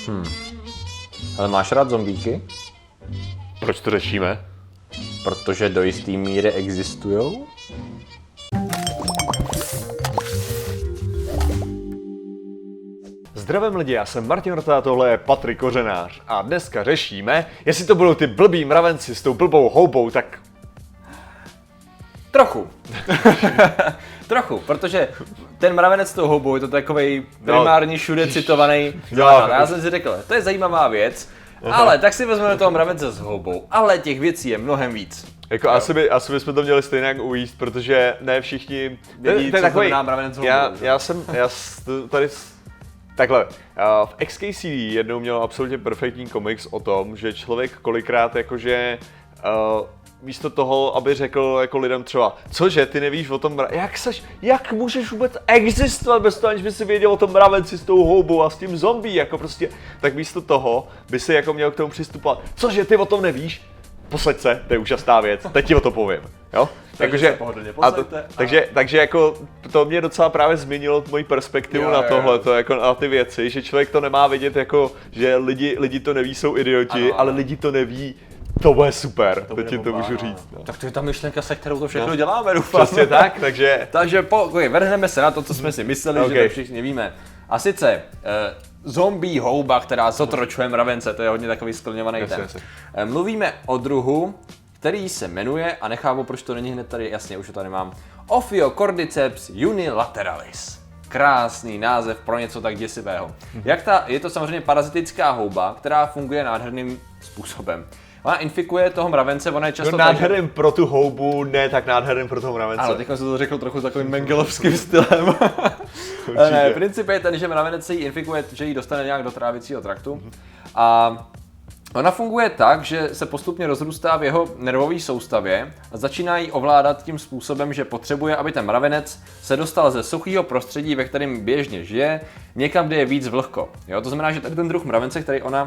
Ale máš rád zombíky? Proč to řešíme? Protože do jistý míry existujou? Zdravím lidi, já jsem Martin Rota, tohle je Patrik Kořenář a dneska řešíme, jestli to budou ty blbý mravenci s tou blbou houbou, tak... Trochu. Trochu, protože ten mravenec s tou houbou je to takovej primárně všude citovaný základ. Já jsem si řekl, to je zajímavá věc, ale tak si vezmeme toho mravence s houbou, ale těch věcí je mnohem víc. Jako asi bychom to měli stejně jak ujíst, protože ne všichni... Vědí, co znamená mravenec s houbou. Takhle, v XKCD jednou měl absolutně perfektní komiks o tom, že člověk kolikrát jakože místo toho, aby řekl jako lidem třeba, cože, ty nevíš o tom jak můžeš vůbec existovat bez toho, aniž by si věděl o tom mravenci s tou houbou a s tím zombie, jako prostě, tak místo toho by si jako měl k tomu přistupovat, cože, ty o tom nevíš? Posaď se, to je úžasná věc, teď ti o to povím, jo? Takže jako to mě docela právě změnilo moji perspektivu na tohleto, jako na ty věci, že člověk to nemá vidět jako, že lidi to neví, jsou idioti, ale lidi to neví, to bude super, teď ti to můžu říct. No. Tak to je ta myšlenka, se kterou to všechno děláme, doufám. Přesně tak, takže... Takže vrhneme se na to, co jsme si mysleli, že to všichni víme. A sice zombie houba, která zotročuje mravence, to je hodně takový skloňovaný ten. Mluvíme o druhu, který se jmenuje, a nechápu, proč to není hned tady, jasně, už to tady mám, Ophiocordyceps unilateralis. Krásný název pro něco tak děsivého. Je to samozřejmě parazitická houba, která funguje nádherným způsobem. Ona infikuje toho mravence, ona je často... nádherným pro tu houbu, ne tak nádherným pro toho mravence. Ale teď jsem to řekl trochu takovým mengelovským stylem. Ne, princip je ten, že mravenec se jí infikuje, že jí dostane nějak do trávicího traktu. A ona funguje tak, že se postupně rozrůstá v jeho nervové soustavě a začíná jí ovládat tím způsobem, že potřebuje, aby ten mravenec se dostal ze suchého prostředí, ve kterém běžně žije, někam, kde je víc vlhko. Jo? To znamená, že tady ten druh mravence,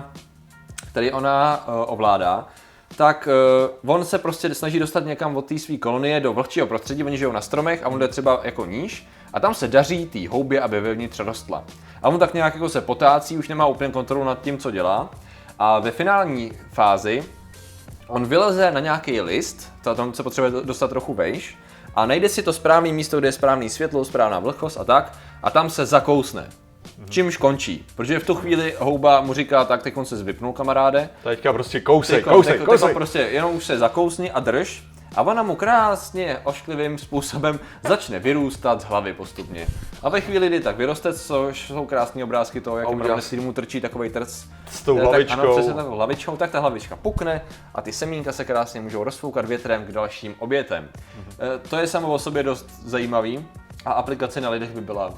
který ona ovládá, tak on se prostě snaží dostat někam od té své kolonie do vlhčího prostředí, oni žijou na stromech a on jde třeba jako níž a tam se daří té houbě, aby vevnitř rostla. A on tak nějak jako se potácí, už nemá úplně kontrolu nad tím, co dělá. A ve finální fázi on vyleze na nějaký list, tam se potřebuje dostat trochu vejš, a najde si to správné místo, kde je správné světlo, správná vlhkost a tak, a tam se zakousne. Čímž končí, protože v tu chvíli houba mu říká, tak teď on se zvypnul, kamaráde. Teďka prostě kousej. Prostě jenom už se zakousni a drž. A ona mu krásně ošklivým způsobem začne vyrůstat z hlavy postupně. A ve chvíli, kdy tak vyroste, což jsou krásné obrázky toho, jak mu trčí takový trc s tou hlavičkou. Ano, přesně takovou hlavičkou, tak ta hlavička pukne a ty semínka se krásně můžou rozfoukat větrem k dalším obětem. To je samo o sobě dost zajímavý a aplikace na lidech by byla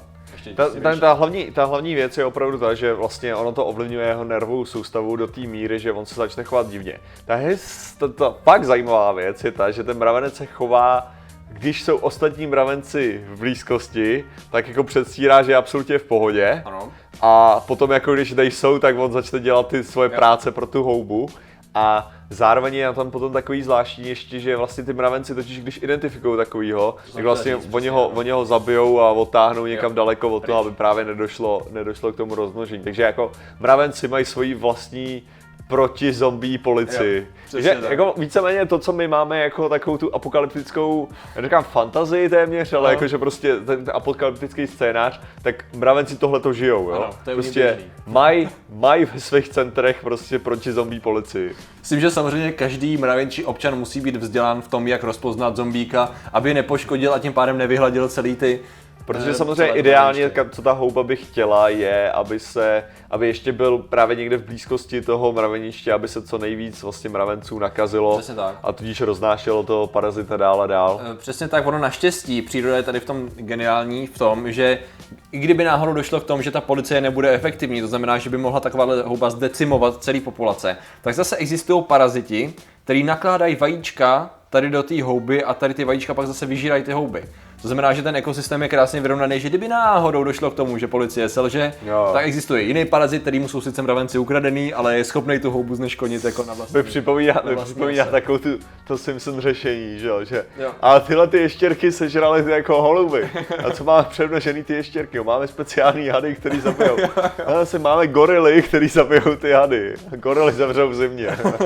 Ta hlavní věc je opravdu ta, že vlastně ono to ovlivňuje jeho nervovou soustavu do té míry, že on se začne chovat divně. Ta fakt zajímavá věc je ta, že ten mravenec se chová, když jsou ostatní mravenci v blízkosti, tak jako předstírá, že je absolutně v pohodě. Ano. A potom jako když nejsou, tak on začne dělat ty svoje práce pro tu houbu. A zároveň je tam potom takový zvláštní ještě, že vlastně ty mravenci totiž, když identifikují takovýho, tak vlastně oni ho zabijou a odtáhnou někam daleko od toho, aby právě nedošlo k tomu rozmnožení. Takže jako mravenci mají svoji vlastní proti zombie policii. Takže jako víceméně to, co my máme jako takovou tu apokalyptickou, já říkám fantazii téměř, ale jakože prostě ten apokalyptický scénář, tak mravenci tohleto žijou, jo? Ano, to je prostě mají ve svých centrech prostě proti zombie policii. Myslím, že samozřejmě každý mravenčí občan musí být vzdělán v tom, jak rozpoznat zombíka, aby nepoškodil a tím pádem nevyhladil celý ty... Protože samozřejmě ideálně, co ta houba by chtěla, je, aby ještě byl právě někde v blízkosti toho mraveniště, aby se co nejvíc vlastně mravenců nakazilo a tudíž roznášelo toho parazita dál a dál. Přesně tak, ono naštěstí, příroda je tady v tom geniální v tom, že i kdyby náhodou došlo k tomu, že ta policie nebude efektivní, to znamená, že by mohla takováhle houba zdecimovat celý populace, tak zase existují paraziti, který nakládají vajíčka tady do té houby a tady ty vajíčka pak zase vyžírají ty houby. To znamená, že ten ekosystém je krásně vyrovnaný, že kdyby náhodou došlo k tomu, že policie selže, tak existuje jiný parazit, který mu jsou sice mravenci ukradený, ale je schopný tu houbu zneškodnit jako na vlastní. Mi připomíná takovou to Simpson řešení, že? A tyhle ty ještěrky sežraly ty jako holuby. A co máme přemnožený ty ještěrky? Máme speciální hady, který zabijou. A zase máme gorily, který zabijou ty hady. Gorily zavřou v zimě.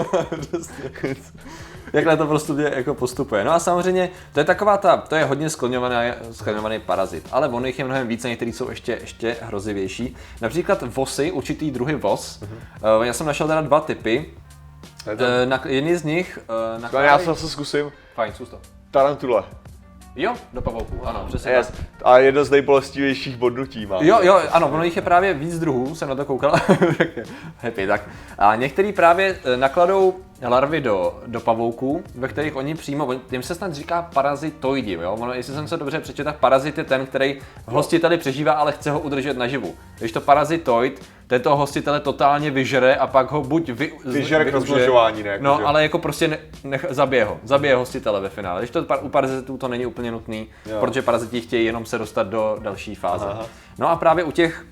Jakhle to prostě jako postupuje. No a samozřejmě to je taková to je hodně skloňovaný parazit, ale ono jich je mnohem více, některý jsou ještě hrozivější. Například vosy, určitý druhy vos. Já jsem našel teda 2 typy. Jedný z nich... Já se zase zkusím. Fajn, zkus to. Tarantule. Jo, do pavouků, ano, přesně tak. A jedno z nejbolestivějších bodnutí má. Jo, ano, ono jich je právě víc druhů, jsem na to koukal. Happy, tak. A některý právě nakladou larvy do pavouků, ve kterých oni přímo, tím se snad říká parazitoidi, jo? Ono, jestli jsem se dobře přečetl, tak parazit je ten, který hostiteli přežívá, ale chce ho udržet naživu. Když to parazitoid, ten toho hostitele totálně vyžere a pak ho buď vyžere k rozmnožování, ne? No, ale jako prostě zabije hostitele ve finále. Když to u parazitů to není úplně nutný, protože paraziti chtějí jenom se dostat do další fáze. Aha. No a právě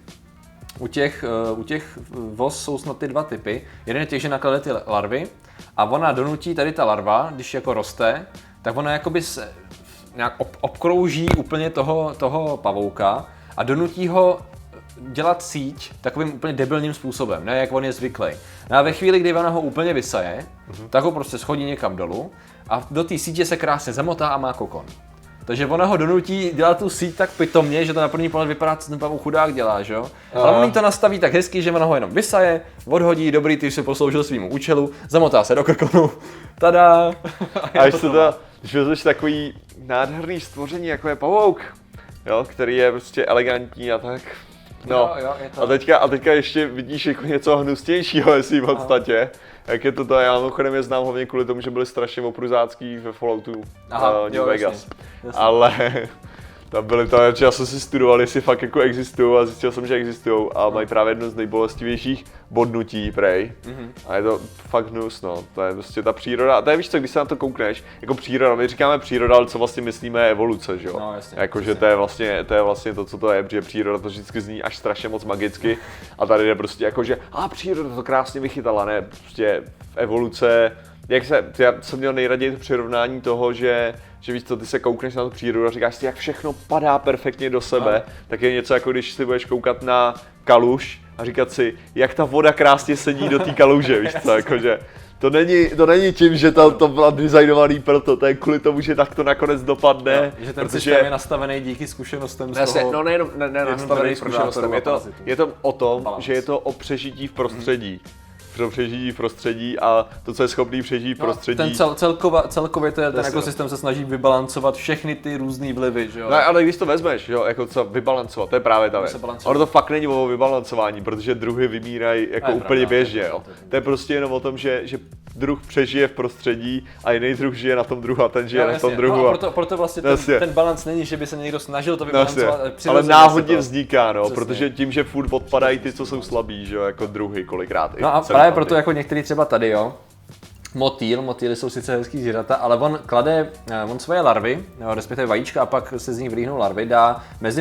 u těch vos jsou snad ty 2 typy. Jeden je těch, že naklade ty larvy a ona donutí tady ta larva, když jako roste, tak ona jakoby se nějak obkrouží úplně toho pavouka a donutí ho dělat síť takovým úplně debilním způsobem, ne jak on je zvyklý. No a ve chvíli, kdy ona ho úplně vysaje, tak ho prostě schodí někam dolů a do té sítě se krásně zamotá a má kokon. Takže ona ho donutí dělat tu síť tak pitomně, že to na první pohled vypadá, co ten pavouk chudák dělá, že jo? Ale on jí to nastaví tak hezky, že ona ho jenom vysaje, odhodí, dobrý, ty se posloužil svýmu účelu, zamotá se do kokonu, tada! A když vezmeš takový nádherný stvoření, jako je pavouk, jo, který je prostě elegantní a tak. No, jo, je to... a teďka ještě vidíš jako něco hnusnějšího, jestli v podstatě. Jak je to, já mimochodem je znám hlavně kvůli tomu, že byli strašně opruzácký ve Falloutu New Vegas. Jasně. Ale tam byly to, já jsem si studoval, jestli fakt jako existují a zjistil jsem, že existují a mají právě jedno z nejbolestivějších bodnutí, prej. A je to fakt hnus, no. To je prostě ta příroda. A to je, víš co, když se na to koukneš, jako příroda, my říkáme příroda, ale co vlastně myslíme je evoluce, že jo? No, jasně, jakože to je vlastně to, co to je, protože příroda to vždycky zní až strašně moc magicky a tady je prostě jako, že příroda to krásně vychytala, ne? Prostě evoluce, já jsem měl nejraději to přirovnání toho, že víš co, ty se koukneš na tu přírodu a říkáš si, jak všechno padá perfektně do sebe, tak je něco jako když si budeš koukat na kaluž a říkat si, jak ta voda krásně sedí do té kaluže, víš co, jakože to není tím, že to byla designovaný proto, to je kvůli tomu, že tak to nakonec dopadne. No, že ten systém je nastavený díky zkušenostem z toho. No nejenom nastavený zkušenostem, je to o tom, že je to o přežití v prostředí. Pro přežití v prostředí a to, co je schopný přežít v prostředí. Celkově ten ekosystém se snaží vybalancovat všechny ty různý vlivy, že jo? No ale když to vezmeš, jo, jako co vybalancovat, to je právě ta věc. Ono to fakt není o vybalancování, protože druhy vymírají jako úplně běžně, jo. To je prostě jenom o tom, že druh přežije v prostředí a jiný druh žije na tom druhu a ten žije na tom druhu. No, proto vlastně ten balans není, že by se někdo snažil to vybalancovat. Ale náhodně vzniká, no, protože tím, že furt odpadají ty, co jsou slabí, že jo, jako druhy kolikrát. No a právě proto jako některý třeba tady, jo. Motýly jsou sice hezký zvířata, ale on klade svoje larvy, respektive vajíčka a pak se z nich vylíhnou larvy, dá mezi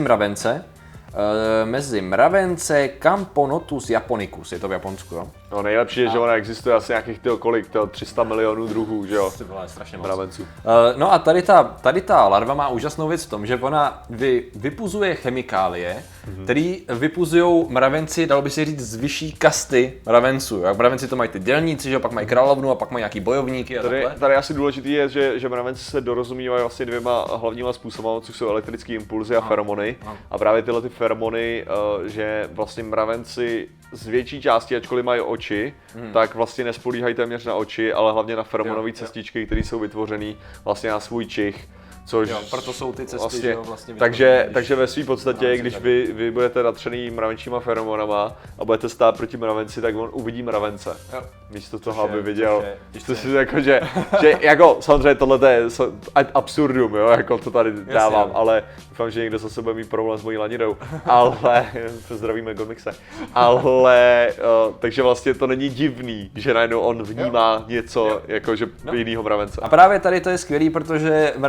mravence Camponotus japonicus, je to v Japonsku, jo? No nejlepší je, že ona existuje asi nějakých 300 milionů druhů, že jo? To bylo strašně moc. Mravenců. No a tady ta larva má úžasnou věc v tom, že ona vypuzuje chemikálie, které vypuzují mravenci, dalo by se říct, z vyšší kasty mravenců. Jak mravenci to mají ty dělníci, že jo? Pak mají královnu a pak mají nějaký bojovníky a takhle. Tady asi důležitý je, že mravenci se dorozumívají vlastně 2 hlavníma způsoby, což jsou elektrické impulzy a feromony. A právě tyhle ty feromony, že vlastně mravenci z větší části, ačkoliv mají oči, tak vlastně nespolíhají téměř na oči, ale hlavně na feromonové cestičky, které jsou vytvořené vlastně na svůj čich. Což proto jsou ty cesty, vlastně, že jo, vlastně takže ve své podstatě, když vy budete natřený mravenčíma feromonama a budete stát proti mravenci, tak on uvidí mravence. Jo. Místo toho, aby viděl. To si jako, že jako samozřejmě tohle je absurdum, jo, jako to tady dávám, ale doufám, že někdo zase bude mít problém s mojí laninou, ale zdravíme Gomixe. Ale takže vlastně to není divný, že najednou on vnímá něco jako že jinýho mravence. A právě tady to je skvělý, protože mravenci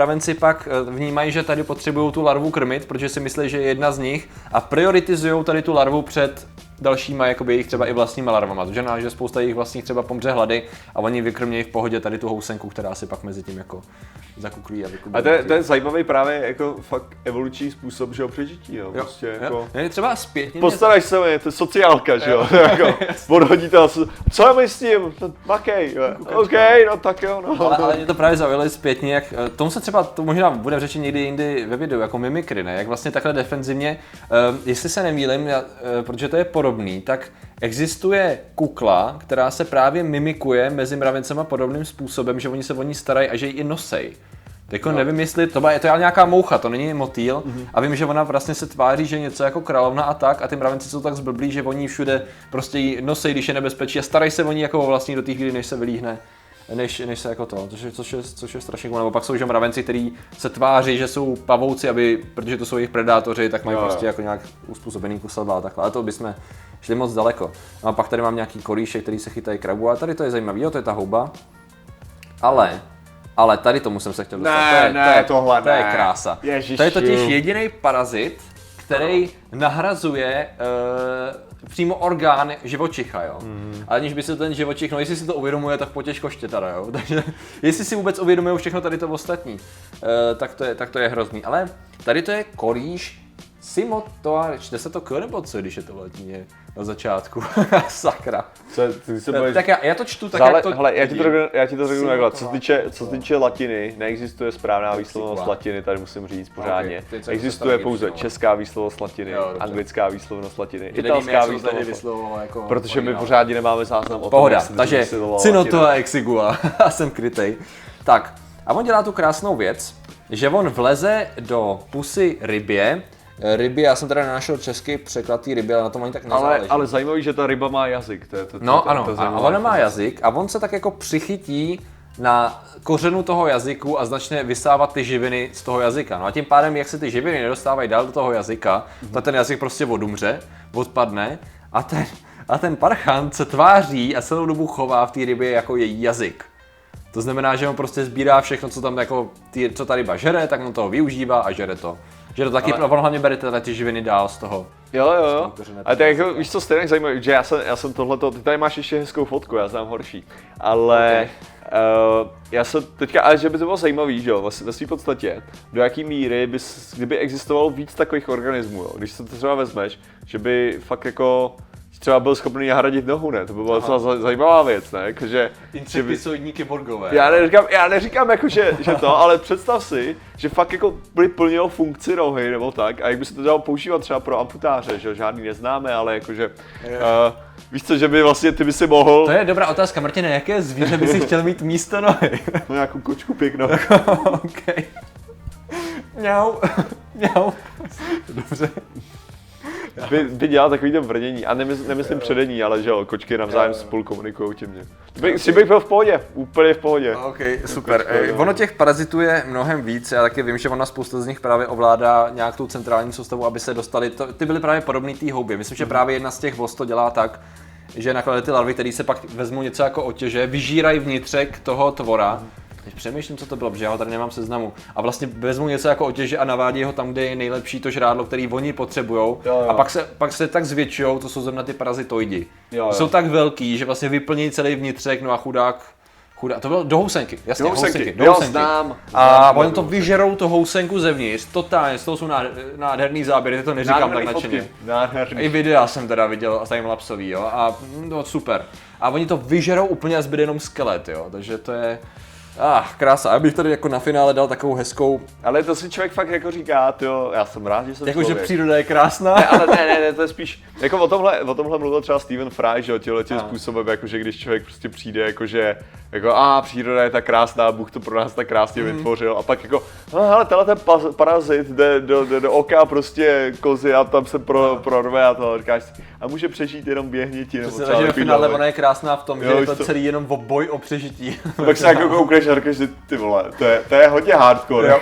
pak vnímají, že tady potřebují tu larvu krmit, protože si myslí, že je jedna z nich a prioritizují tady tu larvu před dalšíma jakoby jejich třeba i vlastníma larvama. To znamená, že spousta jejich vlastních třeba pomře hlady a oni vykrmějí v pohodě tady tu housenku, která si pak mezi tím jako zakuklí a vykubí. A to je zajímavý právě jako fakt evoluční způsob, že o přežití, jo. Prostě jako... Ne, třeba zpětně... Postaráš se o ně, to je sociálka, že jo. Jako, odhodí to, co je mi s tím? Makej, OK, no tak jo, no. Ale mě to právě zaujalo zpětně, jak tomu se třeba, to možná bude řečit někdy jindy ve videu, jako mimikry, ne? Jak vlastně takhle defenzivně, jestli se nemýlím, protože to je podobný, tak existuje kukla, která se právě mimikuje mezi mravencema podobným způsobem, že oni se o ní starají a že ji i nosej. Jako nevím, jestli to je ale nějaká moucha, to není motýl a vím, že ona vlastně se tváří, že je něco jako královna a tak a ty mravenci jsou tak zblblí, že oni všude prostě ji nosej, když je nebezpečí a starají se o ní jako o vlastní do té chvíli, než se vylíhne. Než se jako to, což je strašně cool. Nebo pak jsou že mravenci, kteří se tváří, že jsou pavouci, protože to jsou jejich predátoři, tak mají prostě jako nějak uspůsobený kusadla a takhle. Ale to bychom šli moc daleko. No a pak tady mám nějaký kolíšek, který se chytají krabu a tady to je zajímavý, jo, to je ta houba. Ale tady tomu jsem se chtěl dostat. To je krása. Ježiši. To je totiž jediný parazit, který nahrazuje přímo orgán živočicha, jo. Ale aniž by si ten živočich, no jestli si to uvědomuje, tak potěžko štětara, jo. Takže jestli si vůbec uvědomuje všechno tady to ostatní, tak to je hrozný. Ale tady to je kolíš Simotoa, čte se to k nebo co, když je to v latině na začátku? Sakra. Tak já to čtu tak, jak to... Hele, já ti to řeknu takhle, co se týče latiny, neexistuje správná výslovnost latiny, tady musím říct pořádně. Okay, existuje pouze česká výslovnost latiny, anglická výslovnost latiny, italská výslovnost jako protože my pořádně nemáme záznam o tom, jak se takže Simotoa exigua, já jsem krytej. Tak, a on dělá tu krásnou věc, že on vleze do pusy rybě. Já jsem teda nenašel český překlad té ryby, ale na tom ani tak nezáleží. Ale zajímavý, že ta ryba má jazyk. A ona má jazyk a on se tak jako přichytí na kořenu toho jazyku a začne vysávat ty živiny z toho jazyka. No a tím pádem, jak se ty živiny nedostávají dál do toho jazyka, tak ten jazyk prostě odumře, odpadne a ten parchant se tváří a celou dobu chová v té rybě jako její jazyk. To znamená, že on prostě sbírá všechno, co tam jako co ta ryba žere, tak on toho využívá a žere to. Že to taky, on hlavně bere ty živiny dál z toho. Jo. A tak jako, víš co, stejně zajímavé, že já jsem tohleto, ty tady máš ještě hezkou fotku, já jsem horší. Ale já jsem teďka, ale že by to bylo zajímavý, že jo, ve své podstatě, do jaký míry kdyby existovalo víc takových organismů, jo, když se to třeba vezmeš, že by fakt jako třeba byl schopný nahradit nohu, ne? To by byla docela zajímavá věc, ne? Jakože, Insekticidní kyborgové. Já neříkám jako, že to, ale představ si, že fakt jako by plnilo funkci nohy nebo tak a jak by se to dalo používat třeba pro amputáře, že žádný neznáme, ale jakože víš co, že by vlastně ty by si mohl... To je dobrá otázka, Martine, jaké zvíře by si chtěl mít místo nohy? No nějakou kočku pěknou. Okay. Mňau. Dobře. By dělal takový to brnění, a nemyslím předení, ale že jo, kočky navzájem spolu komunikují těmě. Si bych byl v pohodě, úplně v pohodě. Ok, super. Ono těch parazitů je mnohem víc, já taky vím, že ona spousta z nich právě ovládá nějak tu centrální soustavu, aby se dostali, ty byly právě podobný té houbě. Myslím, že právě jedna z těch voz to dělá tak, že nakladají ty larvy, které se pak vezmou něco jako otěže, vyžírají vnitřek toho tvora. Teď přemýšlím, co to bylo, protože já ho tady nemám seznamu. A vlastně vezmou něco jako otěže a navádí ho tam, kde je nejlepší to žrádlo, který oni potřebujou. A pak se tak zvětšujou, to jsou zrovna ty parazitoidi. Jsou tak velký, že vlastně vyplní celý vnitřek, no a chudák. To bylo do housenky, jasně, housenky. Znám. A oni to vyžerou tu housenku zevnitř, totálně, z toho jsou nádherný záběry, ty to neříkám tak nadšeně. I videa jsem teda viděl a timelapsový, jo, a no super. A oni to vyžerou úplně a zbyde jenom skelet, jo, takže to je... krása, já bych tady jako na finále dal takovou hezkou... Ale to si člověk fakt jako říká, tyjo, já jsem rád, že jsem jako, že příroda je krásná. Ne, to je spíš, jako o tomhle mluvil třeba Stephen Fry, že jo, tímhletím způsobem, jakože když člověk prostě přijde, jakože, jako příroda je tak krásná, Bůh to pro nás tak krásně vytvořil, a pak jako, hele, tenhle ten parazit jde do oka prostě kozy a tam se prorve a to, říkáš si, a může přežít jenom běhniti, nebo třeba že v finále ona je krásná v tom, že je to celý jenom o boj o přežití. Pak se jako koukneš a říkáš si, ty vole, to je hodně hardcore, jako.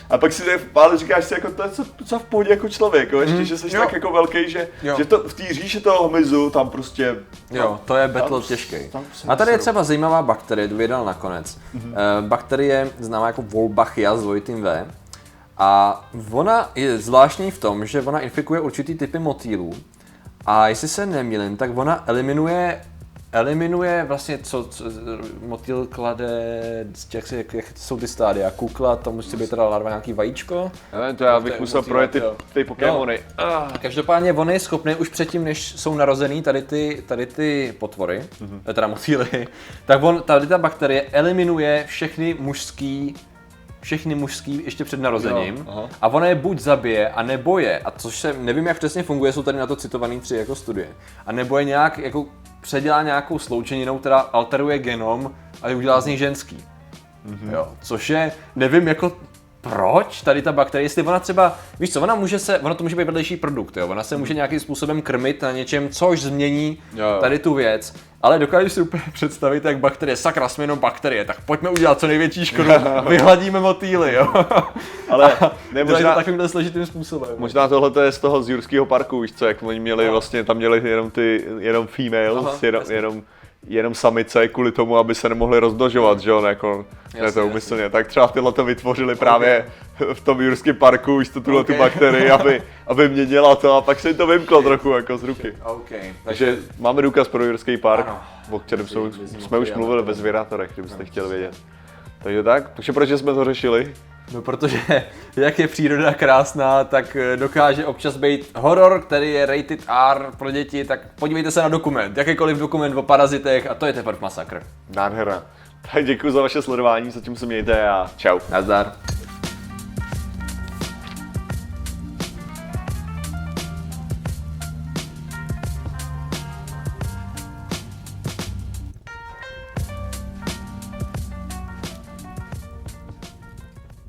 A pak si ale říkáš si, jako to je co v pohodě jako člověk, jo? Ještě, že jsi tak jako velký, že to, v té říši toho hmyzu tam prostě... Jo, to je battle těžký. A tady je třeba zajímavá bakterie, tu vydal nakonec. Bakterie známá jako Wolbachia s dvojitým V. A ona je zvláštní v tom, že ona infikuje určitý typy motýlů. A jestli se nemýlím, tak ona eliminuje vlastně, co motýl klade, jak jsou ty stádia, kukla, to musí být teda larva, nějaký vajíčko. Nevím, to já bych musel projet ty Pokémony. Každopádně on je schopný už předtím, než jsou narozený tady ty potvory, teda motýly, tak tady ta bakterie eliminuje všechny mužský ještě před narozením a ona je buď zabije, a nebo je, a což se nevím jak přesně funguje, jsou tady na to citované 3 jako studie, a nebo je nějak jako předělá nějakou sloučeninou, která alteruje genom a udělá z nich ženský. Jo, což je, nevím jako proč tady ta bakterie, jestli ona třeba, víš co, ono to může být vedlejší produkt, jo, ona se může nějakým způsobem krmit na něčem, což změní tady tu věc, ale dokážeš si úplně představit, jak bakterie, sakra, jsme jenom bakterie, tak pojďme udělat co největší škodu, vyhladíme motýly, jo. Ale ne, možná takovýmhle složitým způsobem. Možná tohle je z toho z Jurského parku, víš co, jak oni měli vlastně, tam měli jenom females, jenom samice kvůli tomu, aby se nemohli rozmnožovat, že jo, jako, ne to úmyslně, tak třeba tyhle to vytvořili právě v tom Jurském parku, už tu bakterii, aby měnila to a pak se jim to vymklo trochu jako z ruky. Takže máme důkaz pro Jurský park, o kterém jsme už mluvili ve Zvěrátorech, kdybyste chtěli vědět. Takže proč jsme to řešili? No protože jak je příroda krásná, tak dokáže občas být horor, který je rated R pro děti, tak podívejte se na dokument, jakýkoliv dokument o parazitech a to je teprve masakr. Nádhera. Tak děkuji za vaše sledování, zatím se mějte a čau. Nazdar.